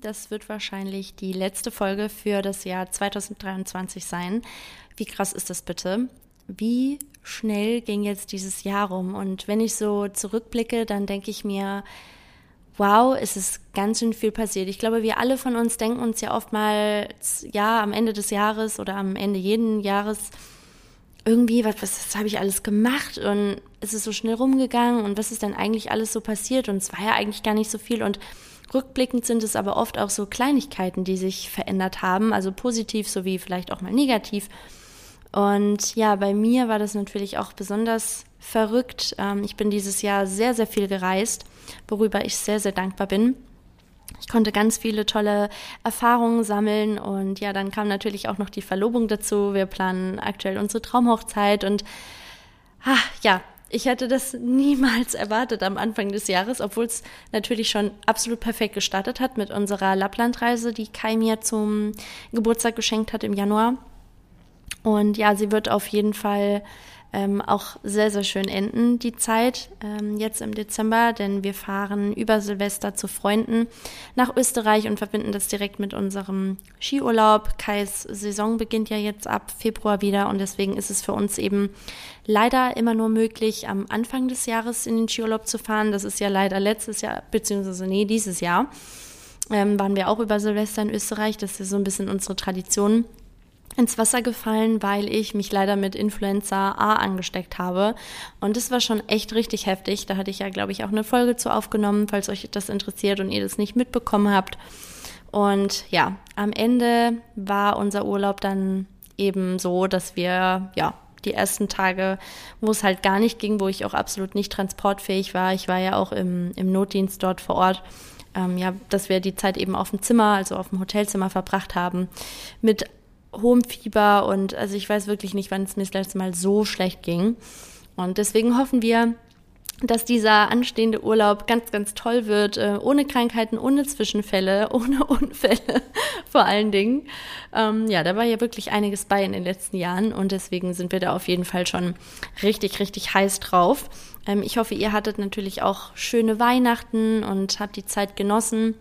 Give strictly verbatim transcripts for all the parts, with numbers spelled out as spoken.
Das wird wahrscheinlich die letzte Folge für das Jahr zwanzig dreiundzwanzig sein. Wie krass ist das bitte? Wie schnell ging jetzt dieses Jahr rum? Und wenn ich so zurückblicke, dann denke ich mir, wow, es ist ganz schön viel passiert. Ich glaube, wir alle von uns denken uns ja oftmals, ja, am Ende des Jahres oder am Ende jeden Jahres irgendwie, was, was, was habe ich alles gemacht und es ist so schnell rumgegangen und was ist denn eigentlich alles so passiert und es war ja eigentlich gar nicht so viel und rückblickend sind es aber oft auch so Kleinigkeiten, die sich verändert haben, also positiv sowie vielleicht auch mal negativ. Und ja, bei mir war das natürlich auch besonders verrückt. Ich bin dieses Jahr sehr, sehr viel gereist, worüber ich sehr, sehr dankbar bin. Ich konnte ganz viele tolle Erfahrungen sammeln und ja, dann kam natürlich auch noch die Verlobung dazu. Wir planen aktuell unsere Traumhochzeit und ach, ja, ich hätte das niemals erwartet am Anfang des Jahres, obwohl es natürlich schon absolut perfekt gestartet hat mit unserer Lapplandreise, die Kai mir zum Geburtstag geschenkt hat im Januar. Und ja, sie wird auf jeden Fall ähm, auch sehr, sehr schön enden, die Zeit, ähm, jetzt im Dezember, denn wir fahren über Silvester zu Freunden nach Österreich und verbinden das direkt mit unserem Skiurlaub. Kais Saison beginnt ja jetzt ab Februar wieder und deswegen ist es für uns eben leider immer nur möglich, am Anfang des Jahres in den Skiurlaub zu fahren. Das ist ja leider letztes Jahr, beziehungsweise nee, dieses Jahr, ähm, waren wir auch über Silvester in Österreich. Das ist so ein bisschen unsere Tradition. Ins Wasser gefallen, weil ich mich leider mit Influenza A angesteckt habe. Und das war schon echt richtig heftig. Da hatte ich ja, glaube ich, auch eine Folge zu aufgenommen, falls euch das interessiert und ihr das nicht mitbekommen habt. Und ja, am Ende war unser Urlaub dann eben so, dass wir, ja, die ersten Tage, wo es halt gar nicht ging, wo ich auch absolut nicht transportfähig war. Ich war ja auch im, im Notdienst dort vor Ort. Ähm, ja, dass wir die Zeit eben auf dem Zimmer, also auf dem Hotelzimmer verbracht haben, mit hohem Fieber und also ich weiß wirklich nicht, wann es mir das letzte Mal so schlecht ging. Und deswegen hoffen wir, dass dieser anstehende Urlaub ganz, ganz toll wird, äh, ohne Krankheiten, ohne Zwischenfälle, ohne Unfälle vor allen Dingen. Ähm, ja, da war ja wirklich einiges bei in den letzten Jahren und deswegen sind wir da auf jeden Fall schon richtig, richtig heiß drauf. Ähm, ich hoffe, ihr hattet natürlich auch schöne Weihnachten und habt die Zeit genossen.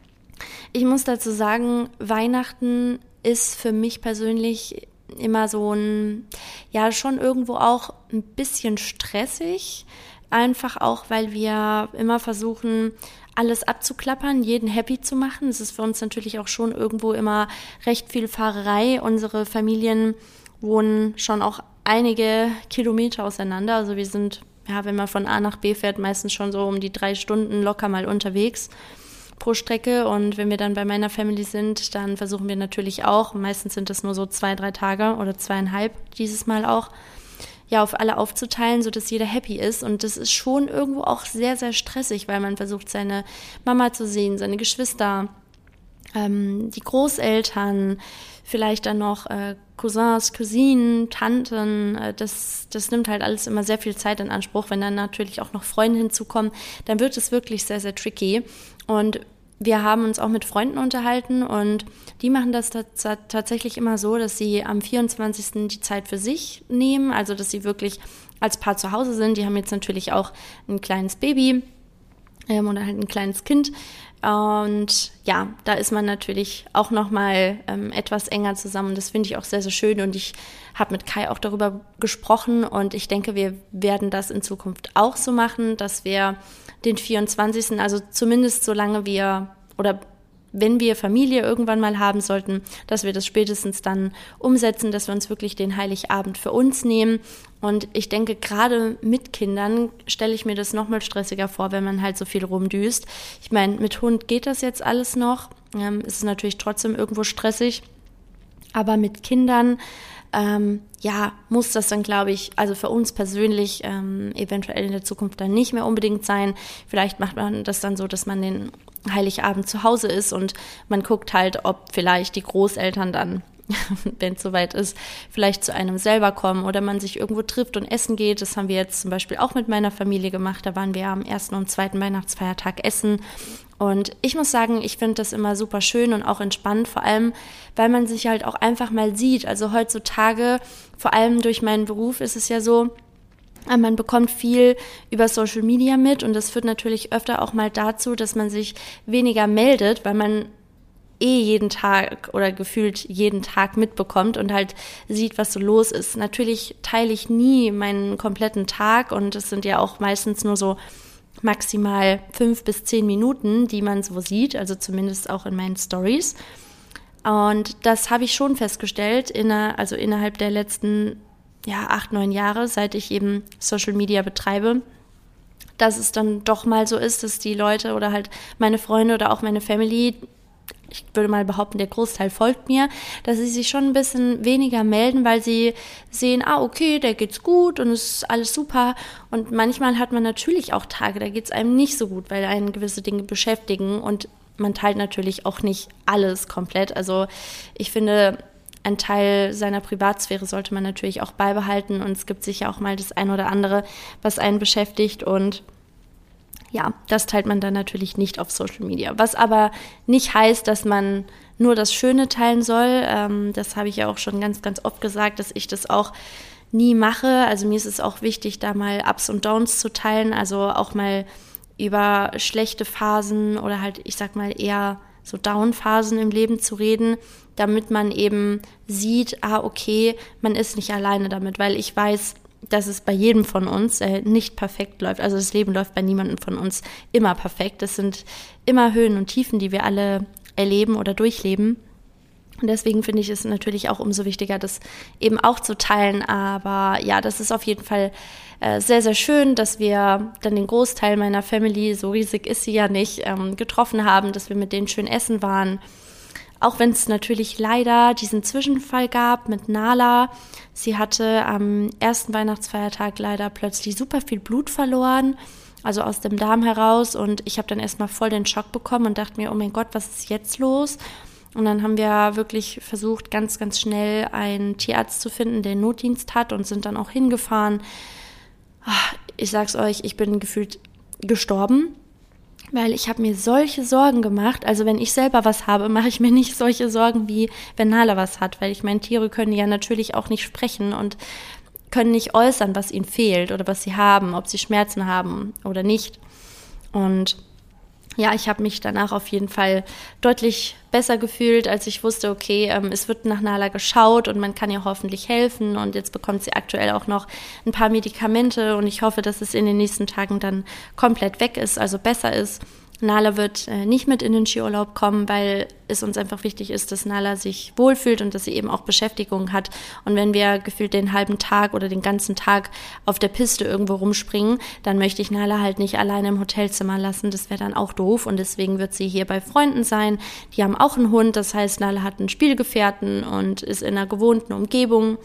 Ich muss dazu sagen, Weihnachten ist für mich persönlich immer so ein, ja, schon irgendwo auch ein bisschen stressig. Einfach auch, weil wir immer versuchen, alles abzuklappern, jeden happy zu machen. Es ist für uns natürlich auch schon irgendwo immer recht viel Fahrerei. Unsere Familien wohnen schon auch einige Kilometer auseinander. Also wir sind, ja, wenn man von A nach B fährt, meistens schon so um die drei Stunden locker mal unterwegs pro Strecke und wenn wir dann bei meiner Family sind, dann versuchen wir natürlich auch, meistens sind es nur so zwei, drei Tage oder zweieinhalb dieses Mal auch, ja, auf alle aufzuteilen, sodass jeder happy ist und das ist schon irgendwo auch sehr, sehr stressig, weil man versucht, seine Mama zu sehen, seine Geschwister, ähm, die Großeltern, vielleicht dann noch äh, Cousins, Cousinen, Tanten, äh, das, das nimmt halt alles immer sehr viel Zeit in Anspruch. Wenn dann natürlich auch noch Freunde hinzukommen, dann wird es wirklich sehr, sehr tricky. Und wir haben uns auch mit Freunden unterhalten und die machen das tats- tatsächlich immer so, dass sie am vierundzwanzigsten die Zeit für sich nehmen, also dass sie wirklich als Paar zu Hause sind. Die haben jetzt natürlich auch ein kleines Baby ähm, oder halt ein kleines Kind. Und ja, da ist man natürlich auch nochmal ähm, etwas enger zusammen. Das finde ich auch sehr, sehr schön. Und ich habe mit Kai auch darüber gesprochen. Und ich denke, wir werden das in Zukunft auch so machen, dass wir den vierundzwanzigsten, also zumindest solange wir oder wenn wir Familie irgendwann mal haben sollten, dass wir das spätestens dann umsetzen, dass wir uns wirklich den Heiligabend für uns nehmen. Und ich denke, gerade mit Kindern stelle ich mir das noch mal stressiger vor, wenn man halt so viel rumdüst. Ich meine, mit Hund geht das jetzt alles noch. Ähm, es ist natürlich trotzdem irgendwo stressig. Aber mit Kindern, ähm, ja, muss das dann, glaube ich, also für uns persönlich ähm, eventuell in der Zukunft dann nicht mehr unbedingt sein. Vielleicht macht man das dann so, dass man den Heiligabend zu Hause ist und man guckt halt, ob vielleicht die Großeltern dann, wenn es soweit ist, vielleicht zu einem selber kommen oder man sich irgendwo trifft und essen geht. Das haben wir jetzt zum Beispiel auch mit meiner Familie gemacht. Da waren wir am ersten und zweiten Weihnachtsfeiertag essen. Und ich muss sagen, ich finde das immer super schön und auch entspannt, vor allem, weil man sich halt auch einfach mal sieht. Also heutzutage, vor allem durch meinen Beruf, ist es ja so, man bekommt viel über Social Media mit und das führt natürlich öfter auch mal dazu, dass man sich weniger meldet, weil man eh jeden Tag oder gefühlt jeden Tag mitbekommt und halt sieht, was so los ist. Natürlich teile ich nie meinen kompletten Tag und es sind ja auch meistens nur so maximal fünf bis zehn Minuten, die man so sieht, also zumindest auch in meinen Stories. Und das habe ich schon festgestellt, inner, also innerhalb der letzten ja, acht, neun Jahre, seit ich eben Social Media betreibe, dass es dann doch mal so ist, dass die Leute oder halt meine Freunde oder auch meine Family, ich würde mal behaupten, der Großteil folgt mir, dass sie sich schon ein bisschen weniger melden, weil sie sehen, ah, okay, der geht's gut und es ist alles super. Und manchmal hat man natürlich auch Tage, da geht's einem nicht so gut, weil einen gewisse Dinge beschäftigen und man teilt natürlich auch nicht alles komplett. Also ich finde, ein Teil seiner Privatsphäre sollte man natürlich auch beibehalten und es gibt sicher auch mal das ein oder andere, was einen beschäftigt und ja, das teilt man dann natürlich nicht auf Social Media. Was aber nicht heißt, dass man nur das Schöne teilen soll. Ähm, das habe ich ja auch schon ganz, ganz oft gesagt, dass ich das auch nie mache. Also mir ist es auch wichtig, da mal Ups und Downs zu teilen. Also auch mal über schlechte Phasen oder halt, ich sag mal, eher so Down-Phasen im Leben zu reden, damit man eben sieht, ah, okay, man ist nicht alleine damit, weil ich weiß, dass es bei jedem von uns äh, nicht perfekt läuft. Also das Leben läuft bei niemandem von uns immer perfekt. Es sind immer Höhen und Tiefen, die wir alle erleben oder durchleben. Und deswegen finde ich es natürlich auch umso wichtiger, das eben auch zu teilen. Aber ja, das ist auf jeden Fall äh, sehr, sehr schön, dass wir dann den Großteil meiner Family, so riesig ist sie ja nicht, ähm, getroffen haben, dass wir mit denen schön essen waren. Auch wenn es natürlich leider diesen Zwischenfall gab mit Nala. Sie hatte am ersten Weihnachtsfeiertag leider plötzlich super viel Blut verloren, also aus dem Darm heraus. Und ich habe dann erstmal voll den Schock bekommen und dachte mir, oh mein Gott, was ist jetzt los? Und dann haben wir wirklich versucht, ganz, ganz schnell einen Tierarzt zu finden, der Notdienst hat und sind dann auch hingefahren. Ich sag's euch, ich bin gefühlt gestorben. Weil ich habe mir solche Sorgen gemacht, also wenn ich selber was habe, mache ich mir nicht solche Sorgen, wie wenn Nala was hat, weil ich meine, Tiere können ja natürlich auch nicht sprechen und können nicht äußern, was ihnen fehlt oder was sie haben, ob sie Schmerzen haben oder nicht. Und ja, ich habe mich danach auf jeden Fall deutlich besser gefühlt, als ich wusste, okay, ähm, es wird nach Nala geschaut und man kann ihr hoffentlich helfen und jetzt bekommt sie aktuell auch noch ein paar Medikamente und ich hoffe, dass es in den nächsten Tagen dann komplett weg ist, also besser ist. Nala wird äh, nicht mit in den Skiurlaub kommen, weil es uns einfach wichtig ist, dass Nala sich wohlfühlt und dass sie eben auch Beschäftigung hat. Und wenn wir gefühlt den halben Tag oder den ganzen Tag auf der Piste irgendwo rumspringen, dann möchte ich Nala halt nicht alleine im Hotelzimmer lassen. Das wäre dann auch doof und deswegen wird sie hier bei Freunden sein. Die haben auch einen Hund, das heißt, Nala hat einen Spielgefährten und ist in einer gewohnten Umgebung.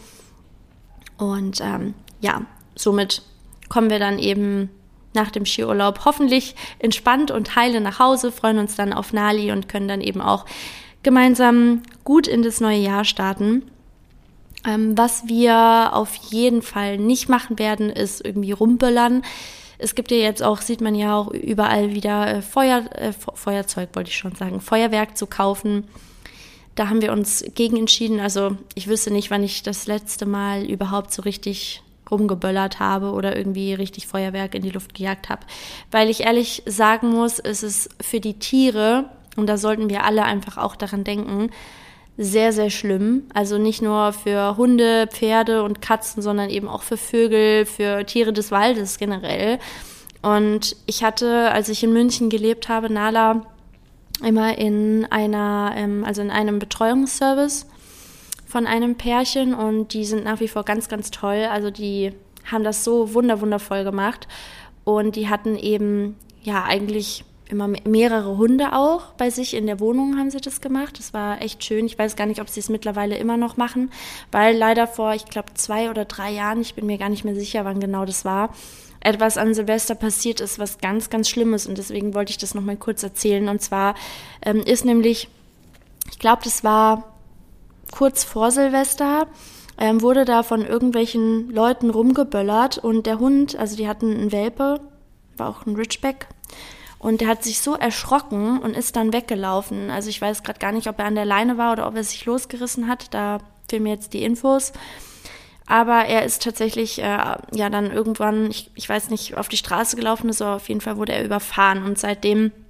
Und ähm, ja, somit kommen wir dann eben nach dem Skiurlaub hoffentlich entspannt und heile nach Hause, freuen uns dann auf Nali und können dann eben auch gemeinsam gut in das neue Jahr starten. Ähm, was wir auf jeden Fall nicht machen werden, ist irgendwie rumböllern. Es gibt ja jetzt auch, sieht man ja auch überall wieder äh, Feuer, äh, Feuerzeug, wollte ich schon sagen, Feuerwerk zu kaufen. Da haben wir uns gegen entschieden. Also ich wüsste nicht, wann ich das letzte Mal überhaupt so richtig rumgeböllert habe oder irgendwie richtig Feuerwerk in die Luft gejagt habe. Weil ich ehrlich sagen muss, es ist für die Tiere, und da sollten wir alle einfach auch daran denken, sehr, sehr schlimm. Also nicht nur für Hunde, Pferde und Katzen, sondern eben auch für Vögel, für Tiere des Waldes generell. Und ich hatte, als ich in München gelebt habe, Nala immer in einer, also in einem Betreuungsservice von einem Pärchen und die sind nach wie vor ganz, ganz toll. Also die haben das so wunder, wundervoll gemacht und die hatten eben ja eigentlich immer mehrere Hunde auch bei sich in der Wohnung haben sie das gemacht. Das war echt schön. Ich weiß gar nicht, ob sie es mittlerweile immer noch machen, weil leider vor, ich glaube, zwei oder drei Jahren, ich bin mir gar nicht mehr sicher, wann genau das war, etwas an Silvester passiert ist, was ganz, ganz Schlimmes und deswegen wollte ich das nochmal kurz erzählen. Und zwar ähm, ist nämlich, ich glaube, das war kurz vor Silvester, ähm, wurde da von irgendwelchen Leuten rumgeböllert und der Hund, also die hatten einen Welpe, war auch ein Ridgeback und der hat sich so erschrocken und ist dann weggelaufen. Also ich weiß gerade gar nicht, ob er an der Leine war oder ob er sich losgerissen hat, da fehlen mir jetzt die Infos. Aber er ist tatsächlich äh, ja dann irgendwann, ich, ich weiß nicht, auf die Straße gelaufen ist, aber auf jeden Fall wurde er überfahren und seitdem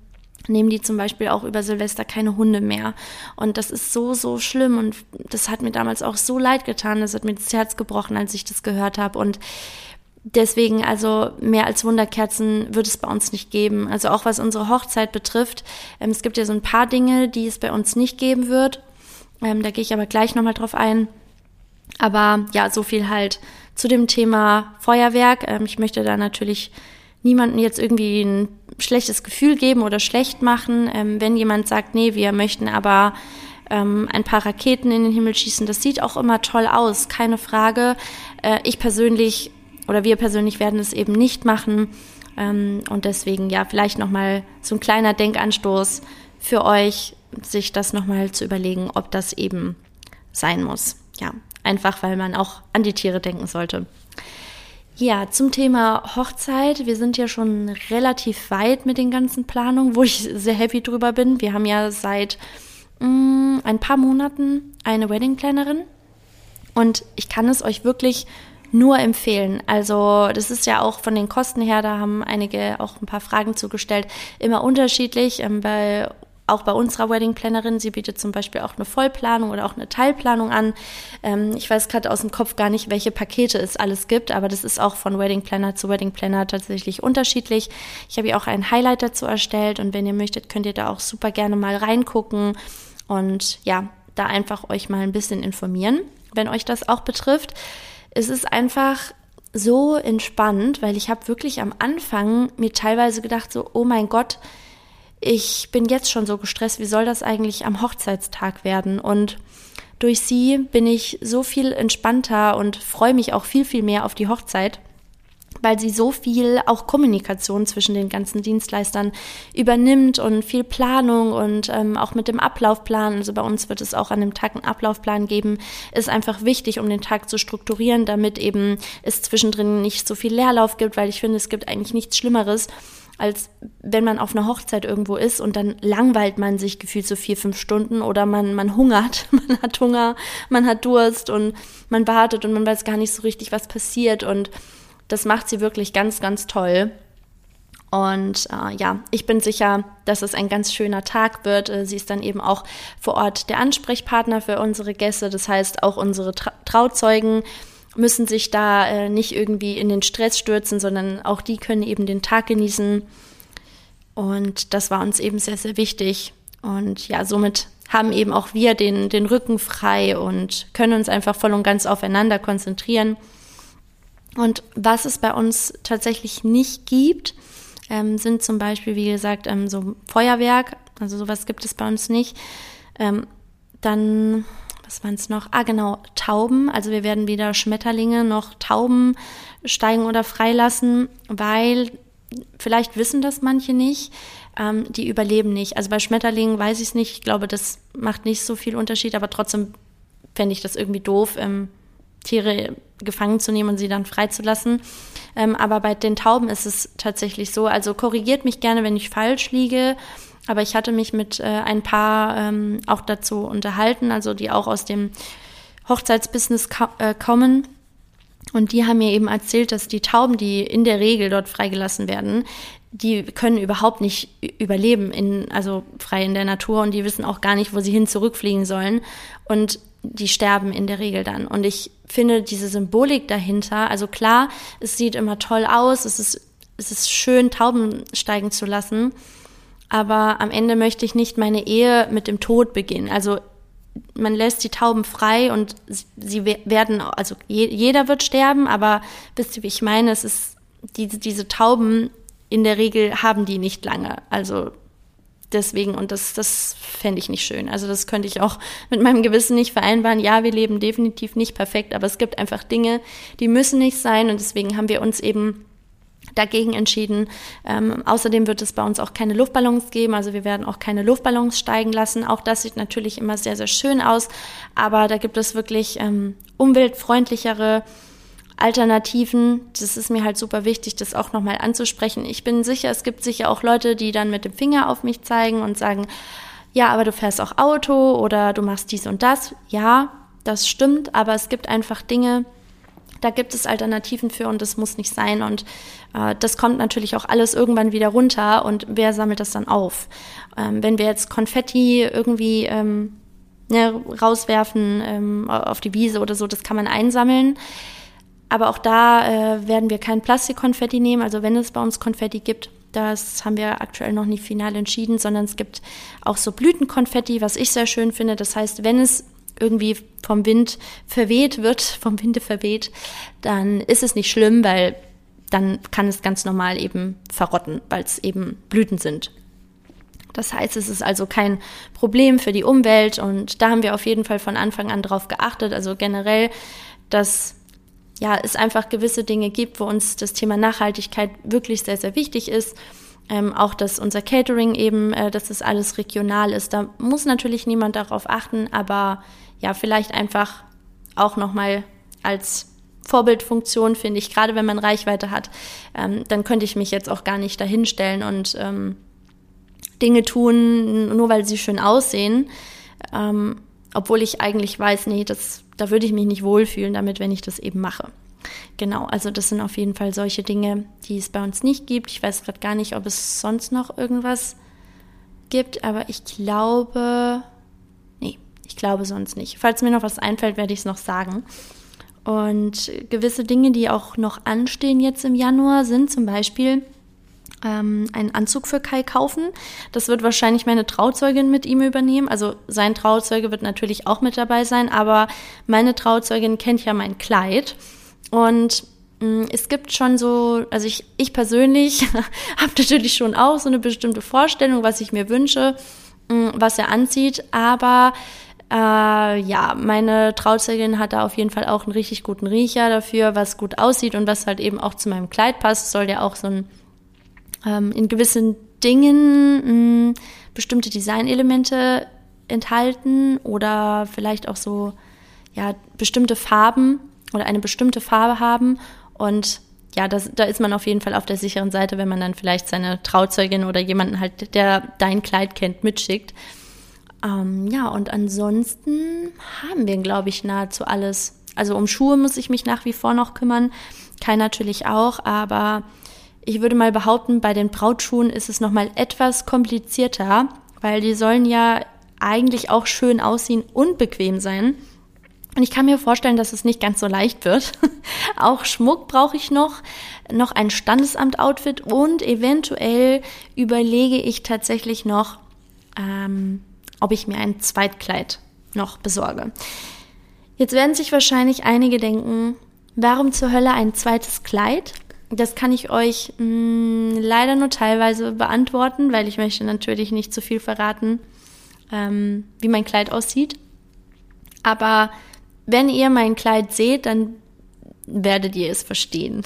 nehmen die zum Beispiel auch über Silvester keine Hunde mehr. Und das ist so, so schlimm. Und das hat mir damals auch so leid getan. Das hat mir das Herz gebrochen, als ich das gehört habe. Und deswegen, also mehr als Wunderkerzen wird es bei uns nicht geben. Also auch was unsere Hochzeit betrifft. Ähm, es gibt ja so ein paar Dinge, die es bei uns nicht geben wird. Ähm, da gehe ich aber gleich nochmal drauf ein. Aber ja, so viel halt zu dem Thema Feuerwerk. Ähm, ich möchte da natürlich niemandem jetzt irgendwie ein schlechtes Gefühl geben oder schlecht machen. Ähm, wenn jemand sagt, nee, wir möchten aber ähm, ein paar Raketen in den Himmel schießen, das sieht auch immer toll aus, keine Frage. Äh, ich persönlich oder wir persönlich werden es eben nicht machen. Ähm, und deswegen ja, vielleicht nochmal so ein kleiner Denkanstoß für euch, sich das nochmal zu überlegen, ob das eben sein muss. Ja, einfach, weil man auch an die Tiere denken sollte. Ja, zum Thema Hochzeit. Wir sind ja schon relativ weit mit den ganzen Planungen, wo ich sehr happy drüber bin. Wir haben ja seit mh, ein paar Monaten eine Wedding-Plannerin und ich kann es euch wirklich nur empfehlen. Also das ist ja auch von den Kosten her, da haben einige auch ein paar Fragen zugestellt, immer unterschiedlich. Ähm, bei Auch bei unserer Wedding-Plannerin, sie bietet zum Beispiel auch eine Vollplanung oder auch eine Teilplanung an. Ähm, ich weiß gerade aus dem Kopf gar nicht, welche Pakete es alles gibt, aber das ist auch von Wedding-Planner zu Wedding-Planner tatsächlich unterschiedlich. Ich habe ihr auch einen Highlight dazu erstellt und wenn ihr möchtet, könnt ihr da auch super gerne mal reingucken und ja, da einfach euch mal ein bisschen informieren, wenn euch das auch betrifft. Es ist einfach so entspannt, weil ich habe wirklich am Anfang mir teilweise gedacht so, oh mein Gott, ich bin jetzt schon so gestresst, wie soll das eigentlich am Hochzeitstag werden? Und durch sie bin ich so viel entspannter und freue mich auch viel, viel mehr auf die Hochzeit, weil sie so viel auch Kommunikation zwischen den ganzen Dienstleistern übernimmt und viel Planung und ähm, auch mit dem Ablaufplan. Also bei uns wird es auch an dem Tag einen Ablaufplan geben. Ist einfach wichtig, um den Tag zu strukturieren, damit eben es zwischendrin nicht so viel Leerlauf gibt, weil ich finde, es gibt eigentlich nichts Schlimmeres, als wenn man auf einer Hochzeit irgendwo ist und dann langweilt man sich gefühlt so vier, fünf Stunden oder man, man hungert, man hat Hunger, man hat Durst und man wartet und man weiß gar nicht so richtig, was passiert und das macht sie wirklich ganz, ganz toll. Und äh, ja, ich bin sicher, dass es ein ganz schöner Tag wird. Äh, sie ist dann eben auch vor Ort der Ansprechpartner für unsere Gäste, das heißt auch unsere Tra- Trauzeugen müssen sich da äh, nicht irgendwie in den Stress stürzen, sondern auch die können eben den Tag genießen. Und das war uns eben sehr, sehr wichtig. Und ja, somit haben eben auch wir den, den Rücken frei und können uns einfach voll und ganz aufeinander konzentrieren. Und was es bei uns tatsächlich nicht gibt, ähm, sind zum Beispiel, wie gesagt, ähm, so Feuerwerk. Also sowas gibt es bei uns nicht. Ähm, dann... Was waren es noch? Ah, genau, Tauben. Also wir werden weder Schmetterlinge noch Tauben steigen oder freilassen, weil vielleicht wissen das manche nicht, ähm, die überleben nicht. Also bei Schmetterlingen weiß ich es nicht. Ich glaube, das macht nicht so viel Unterschied, aber trotzdem fände ich das irgendwie doof, ähm, Tiere gefangen zu nehmen und sie dann freizulassen. Ähm, aber bei den Tauben ist es tatsächlich so. Also korrigiert mich gerne, wenn ich falsch liege. Aber ich hatte mich mit äh, ein paar ähm, auch dazu unterhalten, also die auch aus dem Hochzeitsbusiness ka- äh, kommen. Und die haben mir eben erzählt, dass die Tauben, die in der Regel dort freigelassen werden, die können überhaupt nicht überleben, in, also frei in der Natur. Und die wissen auch gar nicht, wo sie hin zurückfliegen sollen. Und die sterben in der Regel dann. Und ich finde diese Symbolik dahinter, also klar, es sieht immer toll aus, es ist, es ist schön, Tauben steigen zu lassen. Aber am Ende möchte ich nicht meine Ehe mit dem Tod beginnen. Also man lässt die Tauben frei und sie werden, also jeder wird sterben, aber wisst ihr, wie ich meine? Es ist, diese, diese Tauben, in der Regel haben die nicht lange. Also deswegen, und das, das fände ich nicht schön. Also das könnte ich auch mit meinem Gewissen nicht vereinbaren. Ja, wir leben definitiv nicht perfekt, aber es gibt einfach Dinge, die müssen nicht sein und deswegen haben wir uns eben dagegen entschieden. Ähm, außerdem wird es bei uns auch keine Luftballons geben, also wir werden auch keine Luftballons steigen lassen. Auch das sieht natürlich immer sehr, sehr schön aus, aber da gibt es wirklich ähm, umweltfreundlichere Alternativen. Das ist mir halt super wichtig, das auch nochmal anzusprechen. Ich bin sicher, es gibt sicher auch Leute, die dann mit dem Finger auf mich zeigen und sagen, ja, aber du fährst auch Auto oder du machst dies und das. Ja, das stimmt, aber es gibt einfach Dinge, Da gibt es Alternativen für und das muss nicht sein. Und äh, das kommt natürlich auch alles irgendwann wieder runter. Und wer sammelt das dann auf? Ähm, wenn wir jetzt Konfetti irgendwie ähm, ne, rauswerfen ähm, auf die Wiese oder so, das kann man einsammeln. Aber auch da äh, werden wir kein Plastikkonfetti nehmen. Also wenn es bei uns Konfetti gibt, das haben wir aktuell noch nicht final entschieden, sondern es gibt auch so Blütenkonfetti, was ich sehr schön finde. Das heißt, wenn es irgendwie vom Wind verweht wird, vom Winde verweht, dann ist es nicht schlimm, weil dann kann es ganz normal eben verrotten, weil es eben Blüten sind. Das heißt, es ist also kein Problem für die Umwelt und da haben wir auf jeden Fall von Anfang an drauf geachtet. Also generell, dass ja, es einfach gewisse Dinge gibt, wo uns das Thema Nachhaltigkeit wirklich sehr, sehr wichtig ist. Ähm, auch, dass unser Catering eben, äh, dass das alles regional ist. Da muss natürlich niemand darauf achten, aber ja, vielleicht einfach auch nochmal als Vorbildfunktion, finde ich, gerade wenn man Reichweite hat, ähm, dann könnte ich mich jetzt auch gar nicht dahinstellen und ähm, Dinge tun, nur weil sie schön aussehen, ähm, obwohl ich eigentlich weiß, nee, das, da würde ich mich nicht wohlfühlen damit, wenn ich das eben mache. Genau, also das sind auf jeden Fall solche Dinge, die es bei uns nicht gibt. Ich weiß gerade gar nicht, ob es sonst noch irgendwas gibt, aber ich glaube, nee, ich glaube sonst nicht. Falls mir noch was einfällt, werde ich es noch sagen. Und gewisse Dinge, die auch noch anstehen jetzt im Januar, sind zum Beispiel ähm, einen Anzug für Kai kaufen. Das wird wahrscheinlich meine Trauzeugin mit ihm übernehmen. Also sein Trauzeuge wird natürlich auch mit dabei sein, aber meine Trauzeugin kennt ja mein Kleid. Und mh, es gibt schon so, also ich, ich persönlich habe natürlich schon auch so eine bestimmte Vorstellung, was ich mir wünsche, mh, was er anzieht, aber Äh, ja, meine Trauzeugin hat da auf jeden Fall auch einen richtig guten Riecher dafür, was gut aussieht und was halt eben auch zu meinem Kleid passt. Es soll ja auch so ein ähm, in gewissen Dingen mh, bestimmte Designelemente enthalten oder vielleicht auch so ja bestimmte Farben oder eine bestimmte Farbe haben. Und ja, das, da ist man auf jeden Fall auf der sicheren Seite, wenn man dann vielleicht seine Trauzeugin oder jemanden halt, der dein Kleid kennt, mitschickt. Ähm, ja, und ansonsten haben wir, glaube ich, nahezu alles. Also um Schuhe muss ich mich nach wie vor noch kümmern, Kai natürlich auch, aber ich würde mal behaupten, bei den Brautschuhen ist es nochmal etwas komplizierter, weil die sollen ja eigentlich auch schön aussehen und bequem sein. Und ich kann mir vorstellen, dass es nicht ganz so leicht wird. Auch Schmuck brauche ich noch, noch ein Standesamt-Outfit und eventuell überlege ich tatsächlich noch, ähm, ob ich mir ein Zweitkleid noch besorge. Jetzt werden sich wahrscheinlich einige denken, warum zur Hölle ein zweites Kleid? Das kann ich euch mh, leider nur teilweise beantworten, weil ich möchte natürlich nicht zu viel verraten, ähm, wie mein Kleid aussieht. Aber wenn ihr mein Kleid seht, dann werdet ihr es verstehen.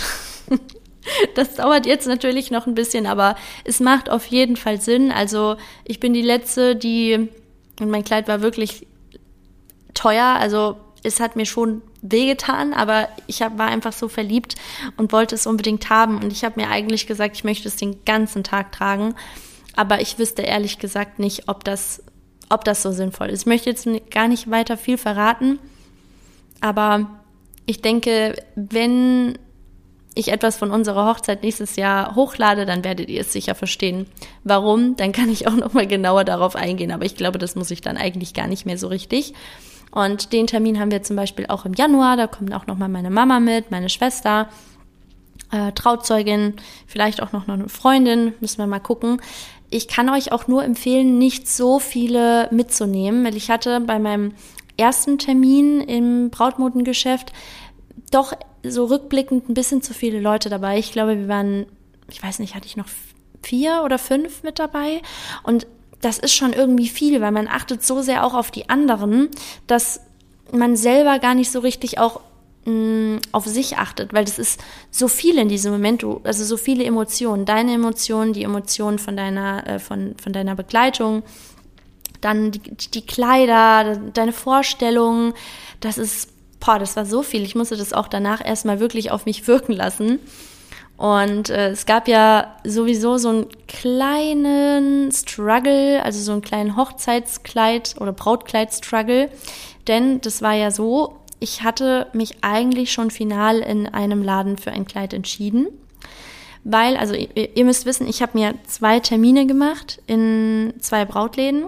Das dauert jetzt natürlich noch ein bisschen, aber es macht auf jeden Fall Sinn. Also ich bin die Letzte, die, und mein Kleid war wirklich teuer, also es hat mir schon wehgetan, aber ich hab, war einfach so verliebt und wollte es unbedingt haben. Und ich habe mir eigentlich gesagt, ich möchte es den ganzen Tag tragen, aber ich wüsste ehrlich gesagt nicht, ob das, ob das so sinnvoll ist. Ich möchte jetzt gar nicht weiter viel verraten, aber ich denke, wenn ich etwas von unserer Hochzeit nächstes Jahr hochlade, dann werdet ihr es sicher verstehen. Warum? Dann kann ich auch nochmal genauer darauf eingehen, aber ich glaube, das muss ich dann eigentlich gar nicht mehr so richtig. Und den Termin haben wir zum Beispiel auch im Januar, da kommt auch nochmal meine Mama mit, meine Schwester, äh, Trauzeugin, vielleicht auch noch eine Freundin, müssen wir mal gucken. Ich kann euch auch nur empfehlen, nicht so viele mitzunehmen, weil ich hatte bei meinem ersten Termin im Brautmodengeschäft doch so rückblickend ein bisschen zu viele Leute dabei. Ich glaube, wir waren, ich weiß nicht, hatte ich noch vier oder fünf mit dabei und das ist schon irgendwie viel, weil man achtet so sehr auch auf die anderen, dass man selber gar nicht so richtig auch mh, auf sich achtet, weil das ist so viel in diesem Moment, du, also so viele Emotionen, deine Emotionen, die Emotionen von deiner, äh, von, von deiner Begleitung, dann die, die Kleider, deine Vorstellungen, das ist Boah, das war so viel. Ich musste das auch danach erstmal wirklich auf mich wirken lassen. Und äh, es gab ja sowieso so einen kleinen Struggle, also so einen kleinen Hochzeitskleid- oder Brautkleid-Struggle. Denn das war ja so, ich hatte mich eigentlich schon final in einem Laden für ein Kleid entschieden, weil, also ihr, ihr müsst wissen, ich habe mir zwei Termine gemacht in zwei Brautläden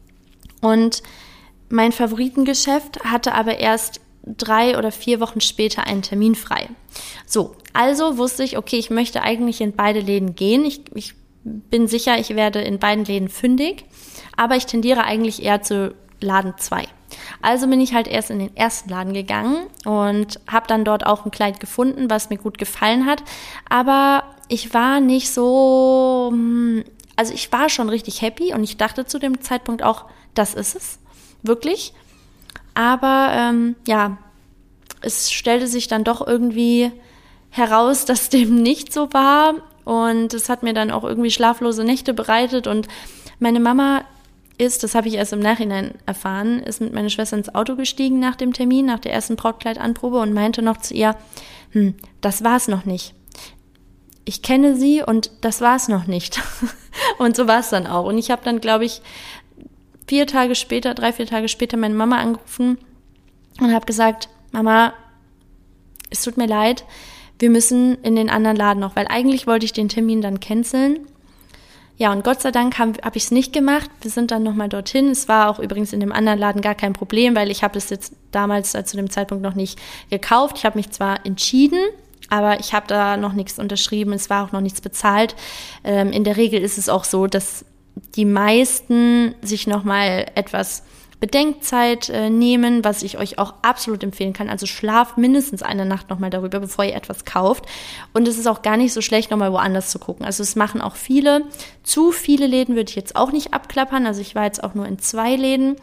und mein Favoritengeschäft hatte aber erst drei oder vier Wochen später einen Termin frei. So, also wusste ich, okay, ich möchte eigentlich in beide Läden gehen. Ich, ich bin sicher, ich werde in beiden Läden fündig, aber ich tendiere eigentlich eher zu Laden zwei. Also bin ich halt erst in den ersten Laden gegangen und habe dann dort auch ein Kleid gefunden, was mir gut gefallen hat. Aber ich war nicht so, also ich war schon richtig happy und ich dachte zu dem Zeitpunkt auch, das ist es, wirklich. Aber ähm, ja, es stellte sich dann doch irgendwie heraus, dass dem nicht so war. Und es hat mir dann auch irgendwie schlaflose Nächte bereitet. Und meine Mama ist, das habe ich erst im Nachhinein erfahren, ist mit meiner Schwester ins Auto gestiegen nach dem Termin, nach der ersten Brautkleidanprobe und meinte noch zu ihr, hm, das war's noch nicht. Ich kenne sie und das war's noch nicht. Und so war es dann auch. Und ich habe dann, glaube ich, vier Tage später, drei, vier Tage später meine Mama angerufen und habe gesagt, Mama, es tut mir leid, wir müssen in den anderen Laden noch, weil eigentlich wollte ich den Termin dann canceln. Ja, und Gott sei Dank habe hab ich es nicht gemacht. Wir sind dann nochmal dorthin. Es war auch übrigens in dem anderen Laden gar kein Problem, weil ich habe das jetzt damals äh, zu dem Zeitpunkt noch nicht gekauft. Ich habe mich zwar entschieden, aber ich habe da noch nichts unterschrieben. Es war auch noch nichts bezahlt. Ähm, in der Regel ist es auch so, dass die meisten sich nochmal etwas Bedenkzeit äh, nehmen, was ich euch auch absolut empfehlen kann. Also schlaft mindestens eine Nacht nochmal darüber, bevor ihr etwas kauft. Und es ist auch gar nicht so schlecht, nochmal woanders zu gucken. Also es machen auch viele. Zu viele Läden würde ich jetzt auch nicht abklappern. Also ich war jetzt auch nur in zwei Läden.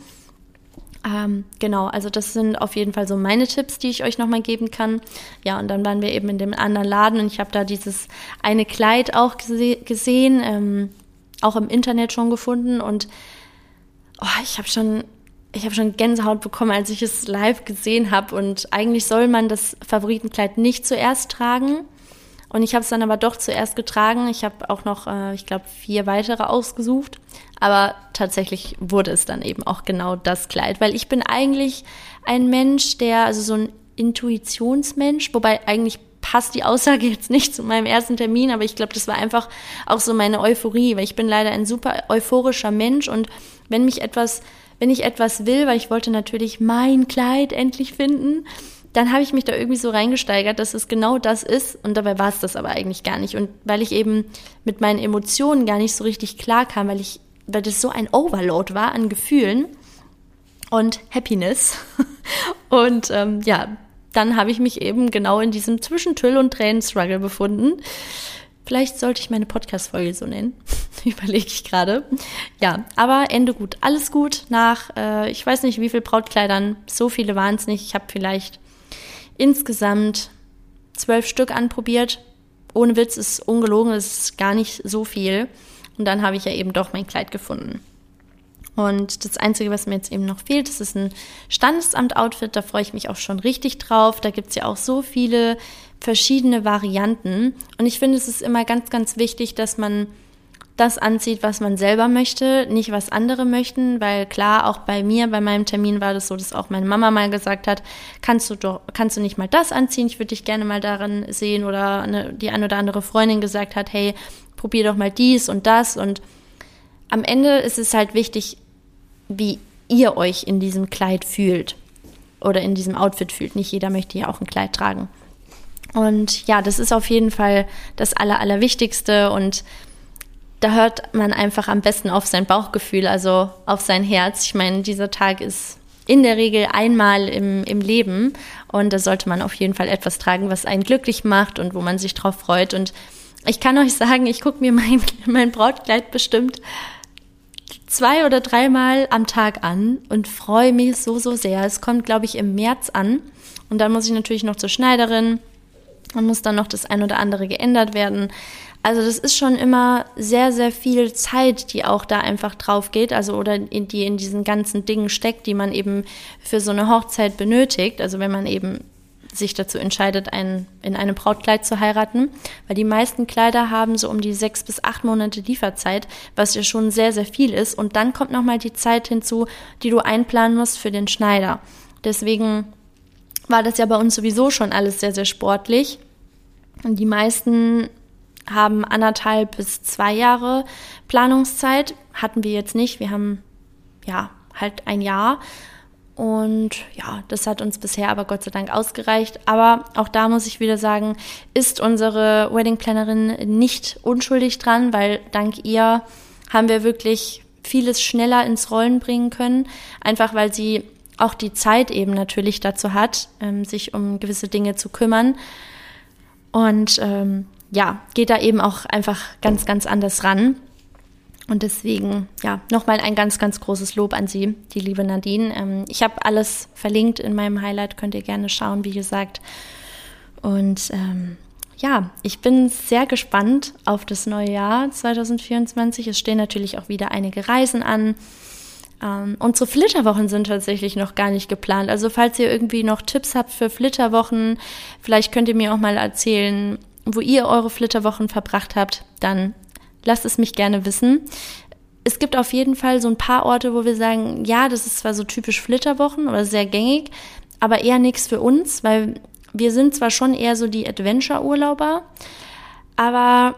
Ähm, genau, also das sind auf jeden Fall so meine Tipps, die ich euch nochmal geben kann. Ja, und dann waren wir eben in dem anderen Laden und ich habe da dieses eine Kleid auch gese- gesehen, ähm, auch im Internet schon gefunden und oh, ich habe schon, ich habe schon Gänsehaut bekommen, als ich es live gesehen habe. Und eigentlich soll man das Favoritenkleid nicht zuerst tragen. Und ich habe es dann aber doch zuerst getragen. Ich habe auch noch, äh, ich glaube, vier weitere ausgesucht. Aber tatsächlich wurde es dann eben auch genau das Kleid, weil ich bin eigentlich ein Mensch, der, also so ein Intuitionsmensch, wobei eigentlich passt die Aussage jetzt nicht zu meinem ersten Termin, aber ich glaube, das war einfach auch so meine Euphorie, weil ich bin leider ein super euphorischer Mensch und wenn mich etwas, wenn ich etwas will, weil ich wollte natürlich mein Kleid endlich finden, dann habe ich mich da irgendwie so reingesteigert, dass es genau das ist und dabei war es das aber eigentlich gar nicht und weil ich eben mit meinen Emotionen gar nicht so richtig klar kam, weil ich, weil das so ein Overload war an Gefühlen und Happiness und ähm, ja, dann habe ich mich eben genau in diesem zwischen Tüll und Tränen-Struggle befunden. Vielleicht sollte ich meine Podcast-Folge so nennen. Überlege ich gerade. Ja, aber Ende gut. Alles gut nach, äh, ich weiß nicht, wie viel Brautkleidern. So viele waren es nicht. Ich habe vielleicht insgesamt zwölf Stück anprobiert. Ohne Witz, ist ungelogen, ist gar nicht so viel. Und dann habe ich ja eben doch mein Kleid gefunden. Und das Einzige, was mir jetzt eben noch fehlt, das ist ein Standesamt-Outfit. Da freue ich mich auch schon richtig drauf. Da gibt es ja auch so viele verschiedene Varianten. Und ich finde, es ist immer ganz, ganz wichtig, dass man das anzieht, was man selber möchte, nicht was andere möchten. Weil klar, auch bei mir, bei meinem Termin war das so, dass auch meine Mama mal gesagt hat, kannst du doch, kannst du nicht mal das anziehen? Ich würde dich gerne mal darin sehen. Oder eine, die eine oder andere Freundin gesagt hat, hey, probier doch mal dies und das. Und am Ende ist es halt wichtig, wie ihr euch in diesem Kleid fühlt oder in diesem Outfit fühlt. Nicht jeder möchte ja auch ein Kleid tragen. Und ja, das ist auf jeden Fall das Aller, Allerwichtigste und da hört man einfach am besten auf sein Bauchgefühl, also auf sein Herz. Ich meine, dieser Tag ist in der Regel einmal im, im Leben und da sollte man auf jeden Fall etwas tragen, was einen glücklich macht und wo man sich drauf freut. Und ich kann euch sagen, ich gucke mir mein, mein Brautkleid bestimmt zwei oder dreimal am Tag an und freue mich so, so sehr. Es kommt, glaube ich, im März an und dann muss ich natürlich noch zur Schneiderin und muss dann noch das ein oder andere geändert werden. Also das ist schon immer sehr, sehr viel Zeit, die auch da einfach drauf geht, also oder in, die in diesen ganzen Dingen steckt, die man eben für so eine Hochzeit benötigt. Also wenn man eben sich dazu entscheidet, ein, in einem Brautkleid zu heiraten, weil die meisten Kleider haben so um die sechs bis acht Monate Lieferzeit, was ja schon sehr, sehr viel ist. Und dann kommt nochmal die Zeit hinzu, die du einplanen musst für den Schneider. Deswegen war das ja bei uns sowieso schon alles sehr, sehr sportlich. Und die meisten haben anderthalb bis zwei Jahre Planungszeit. Hatten wir jetzt nicht. Wir haben ja halt ein Jahr. Und ja, das hat uns bisher aber Gott sei Dank ausgereicht. Aber auch da muss ich wieder sagen, ist unsere Wedding-Plannerin nicht unschuldig dran, weil dank ihr haben wir wirklich vieles schneller ins Rollen bringen können. Einfach weil sie auch die Zeit eben natürlich dazu hat, ähm, sich um gewisse Dinge zu kümmern. Und ähm, ja, geht da eben auch einfach ganz, ganz anders ran. Und deswegen, ja, nochmal ein ganz, ganz großes Lob an Sie, die liebe Nadine. Ähm, ich habe alles verlinkt in meinem Highlight, könnt ihr gerne schauen, wie gesagt. Und ähm, ja, ich bin sehr gespannt auf das neue Jahr zwanzig vierundzwanzig. Es stehen natürlich auch wieder einige Reisen an. Ähm, unsere Flitterwochen sind tatsächlich noch gar nicht geplant. Also falls ihr irgendwie noch Tipps habt für Flitterwochen, vielleicht könnt ihr mir auch mal erzählen, wo ihr eure Flitterwochen verbracht habt, dann lasst es mich gerne wissen. Es gibt auf jeden Fall so ein paar Orte, wo wir sagen, ja, das ist zwar so typisch Flitterwochen oder sehr gängig, aber eher nichts für uns, weil wir sind zwar schon eher so die Adventure-Urlauber, aber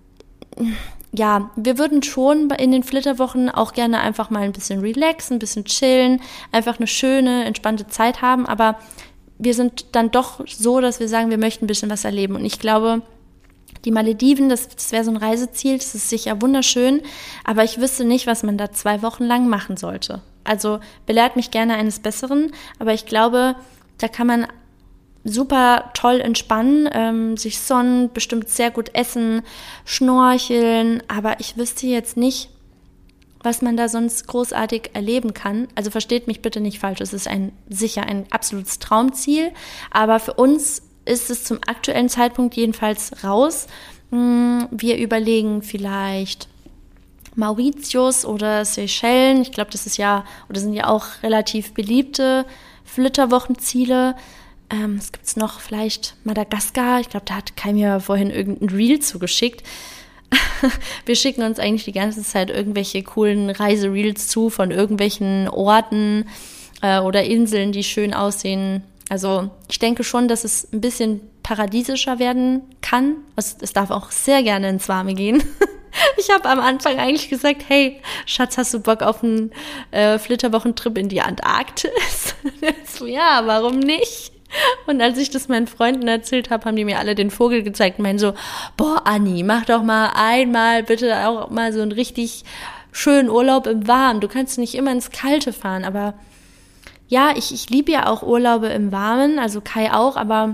ja, wir würden schon in den Flitterwochen auch gerne einfach mal ein bisschen relaxen, ein bisschen chillen, einfach eine schöne, entspannte Zeit haben, aber wir sind dann doch so, dass wir sagen, wir möchten ein bisschen was erleben. Und ich glaube, die Malediven, das, das wäre so ein Reiseziel, das ist sicher wunderschön, aber ich wüsste nicht, was man da zwei Wochen lang machen sollte. Also belehrt mich gerne eines Besseren, aber ich glaube, da kann man super toll entspannen, ähm, sich sonnen, bestimmt sehr gut essen, schnorcheln, aber ich wüsste jetzt nicht, was man da sonst großartig erleben kann. Also versteht mich bitte nicht falsch, es ist ein sicher ein absolutes Traumziel, aber für uns ist es zum aktuellen Zeitpunkt jedenfalls raus. Wir überlegen vielleicht Mauritius oder Seychellen. Ich glaube, das ist ja, oder sind ja auch relativ beliebte Flitterwochenziele. Ähm, es gibt noch vielleicht Madagaskar. Ich glaube, da hat Kai mir vorhin irgendein Reel zugeschickt. Wir schicken uns eigentlich die ganze Zeit irgendwelche coolen Reisereels zu von irgendwelchen Orten äh, oder Inseln, die schön aussehen. Also ich denke schon, dass es ein bisschen paradiesischer werden kann. Es, es darf auch sehr gerne ins Warme gehen. Ich habe am Anfang eigentlich gesagt, hey, Schatz, hast du Bock auf einen äh, Flitterwochentrip in die Antarktis? So, ja, warum nicht? Und als ich das meinen Freunden erzählt habe, haben die mir alle den Vogel gezeigt und meinen so, boah, Anni, mach doch mal einmal bitte auch mal so einen richtig schönen Urlaub im Warmen. Du kannst nicht immer ins Kalte fahren, aber ja, ich, ich liebe ja auch Urlaube im Warmen, also Kai auch, aber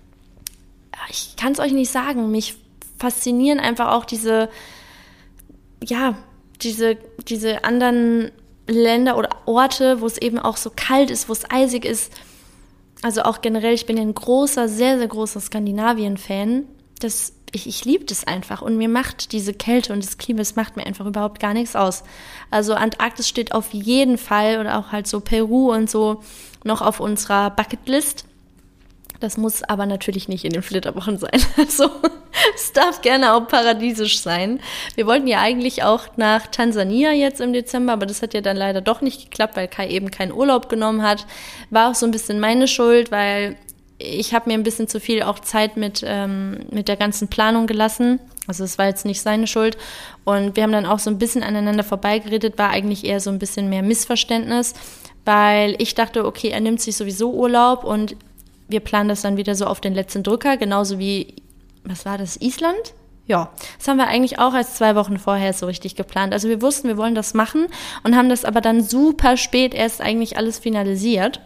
ich kann es euch nicht sagen. Mich faszinieren einfach auch diese, ja, diese, diese anderen Länder oder Orte, wo es eben auch so kalt ist, wo es eisig ist. Also auch generell, ich bin ja ein großer, sehr, sehr großer Skandinavien-Fan. Das Ich, ich liebe das einfach und mir macht diese Kälte und das Klima, es macht mir einfach überhaupt gar nichts aus. Also Antarktis steht auf jeden Fall oder auch halt so Peru und so noch auf unserer Bucketlist. Das muss aber natürlich nicht in den Flitterwochen sein. Also es darf gerne auch paradiesisch sein. Wir wollten ja eigentlich auch nach Tansania jetzt im Dezember, aber das hat ja dann leider doch nicht geklappt, weil Kai eben keinen Urlaub genommen hat. War auch so ein bisschen meine Schuld, weil ich habe mir ein bisschen zu viel auch Zeit mit, ähm, mit der ganzen Planung gelassen. Also es war jetzt nicht seine Schuld. Und wir haben dann auch so ein bisschen aneinander vorbeigeredet, war eigentlich eher so ein bisschen mehr Missverständnis, weil ich dachte, okay, er nimmt sich sowieso Urlaub und wir planen das dann wieder so auf den letzten Drücker, genauso wie, was war das, Island? Ja, das haben wir eigentlich auch erst zwei Wochen vorher so richtig geplant. Also wir wussten, wir wollen das machen und haben das aber dann super spät erst eigentlich alles finalisiert.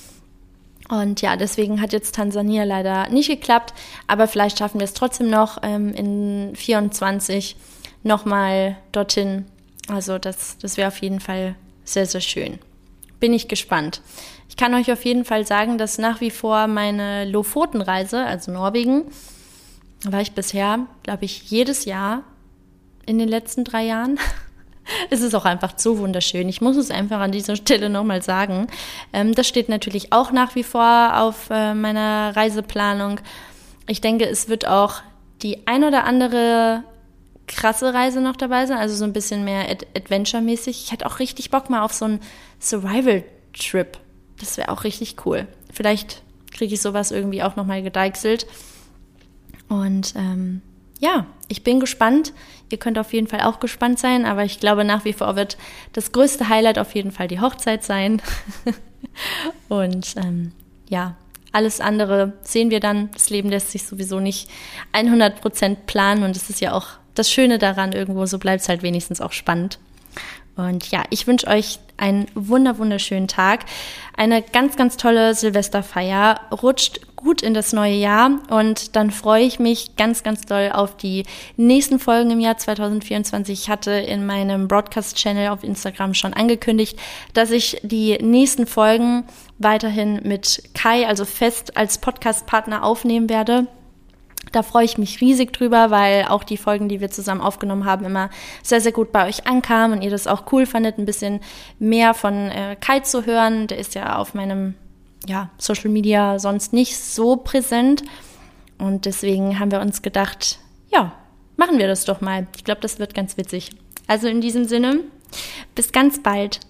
Und ja, deswegen hat jetzt Tansania leider nicht geklappt, aber vielleicht schaffen wir es trotzdem noch ähm, in vierundzwanzig nochmal dorthin. Also das, das wäre auf jeden Fall sehr, sehr schön. Bin ich gespannt. Ich kann euch auf jeden Fall sagen, dass nach wie vor meine Lofoten-Reise, also Norwegen, war ich bisher, glaube ich, jedes Jahr in den letzten drei Jahren. Es ist auch einfach so wunderschön. Ich muss es einfach an dieser Stelle nochmal sagen. Ähm, das steht natürlich auch nach wie vor auf äh, meiner Reiseplanung. Ich denke, es wird auch die ein oder andere krasse Reise noch dabei sein, also so ein bisschen mehr Ad- Adventure-mäßig. Ich hätte auch richtig Bock mal auf so einen Survival-Trip. Das wäre auch richtig cool. Vielleicht kriege ich sowas irgendwie auch nochmal gedeichselt. Und ähm, ja, ich bin gespannt. Ihr könnt auf jeden Fall auch gespannt sein, aber ich glaube, nach wie vor wird das größte Highlight auf jeden Fall die Hochzeit sein. Und ähm, ja, alles andere sehen wir dann. Das Leben lässt sich sowieso nicht hundert Prozent planen und es ist ja auch das Schöne daran irgendwo, so bleibt es halt wenigstens auch spannend. Und ja, ich wünsche euch einen wunder wunderschönen Tag, eine ganz, ganz tolle Silvesterfeier, rutscht gut in das neue Jahr und dann freue ich mich ganz, ganz doll auf die nächsten Folgen im Jahr zwanzig vierundzwanzig. Ich hatte in meinem Broadcast-Channel auf Instagram schon angekündigt, dass ich die nächsten Folgen weiterhin mit Kai, also fest als Podcast-Partner aufnehmen werde. Da freue ich mich riesig drüber, weil auch die Folgen, die wir zusammen aufgenommen haben, immer sehr, sehr gut bei euch ankamen und ihr das auch cool fandet, ein bisschen mehr von äh, Kai zu hören. Der ist ja auf meinem ja, Social Media sonst nicht so präsent und deswegen haben wir uns gedacht, ja, machen wir das doch mal. Ich glaube, das wird ganz witzig. Also in diesem Sinne, bis ganz bald.